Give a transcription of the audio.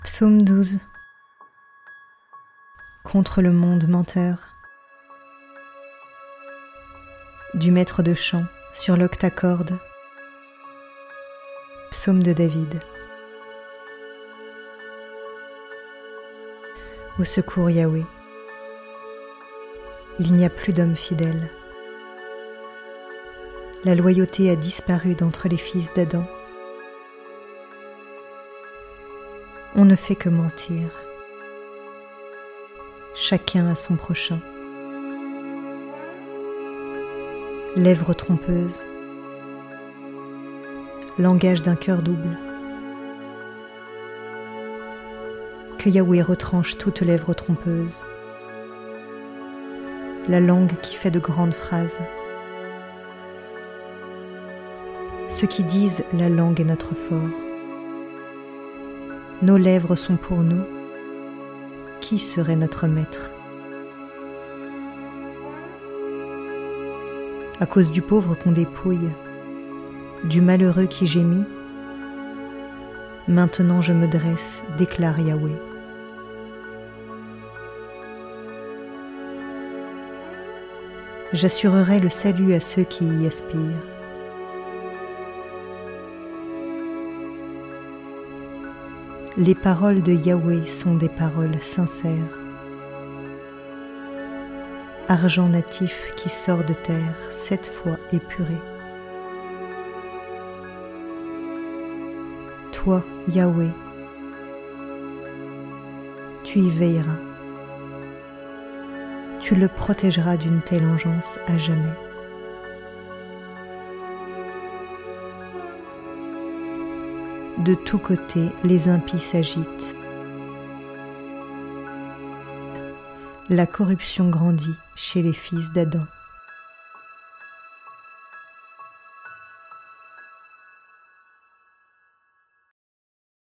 Psaume 12. Contre le monde menteur. Du maître de chant sur l'octacorde. Psaume de David. Au secours Yahweh. Il n'y a plus d'hommes fidèles. La loyauté a disparu d'entre les fils d'Adam. On ne fait que mentir. Chacun à son prochain. Lèvres trompeuses. Langage d'un cœur double. Que Yahweh retranche toute lèvre trompeuse. La langue qui fait de grandes phrases. Ceux qui disent la langue est notre fort. Nos lèvres sont pour nous. Qui serait notre maître? À cause du pauvre qu'on dépouille, du malheureux qui gémit, maintenant je me dresse, déclare Yahweh. J'assurerai le salut à ceux qui y aspirent. Les paroles de Yahweh sont des paroles sincères. Argent natif qui sort de terre, 7 fois épuré. Toi, Yahweh, tu y veilleras. Tu le protégeras d'une telle engeance à jamais. De tous côtés, les impies s'agitent. La corruption grandit chez les fils d'Adam.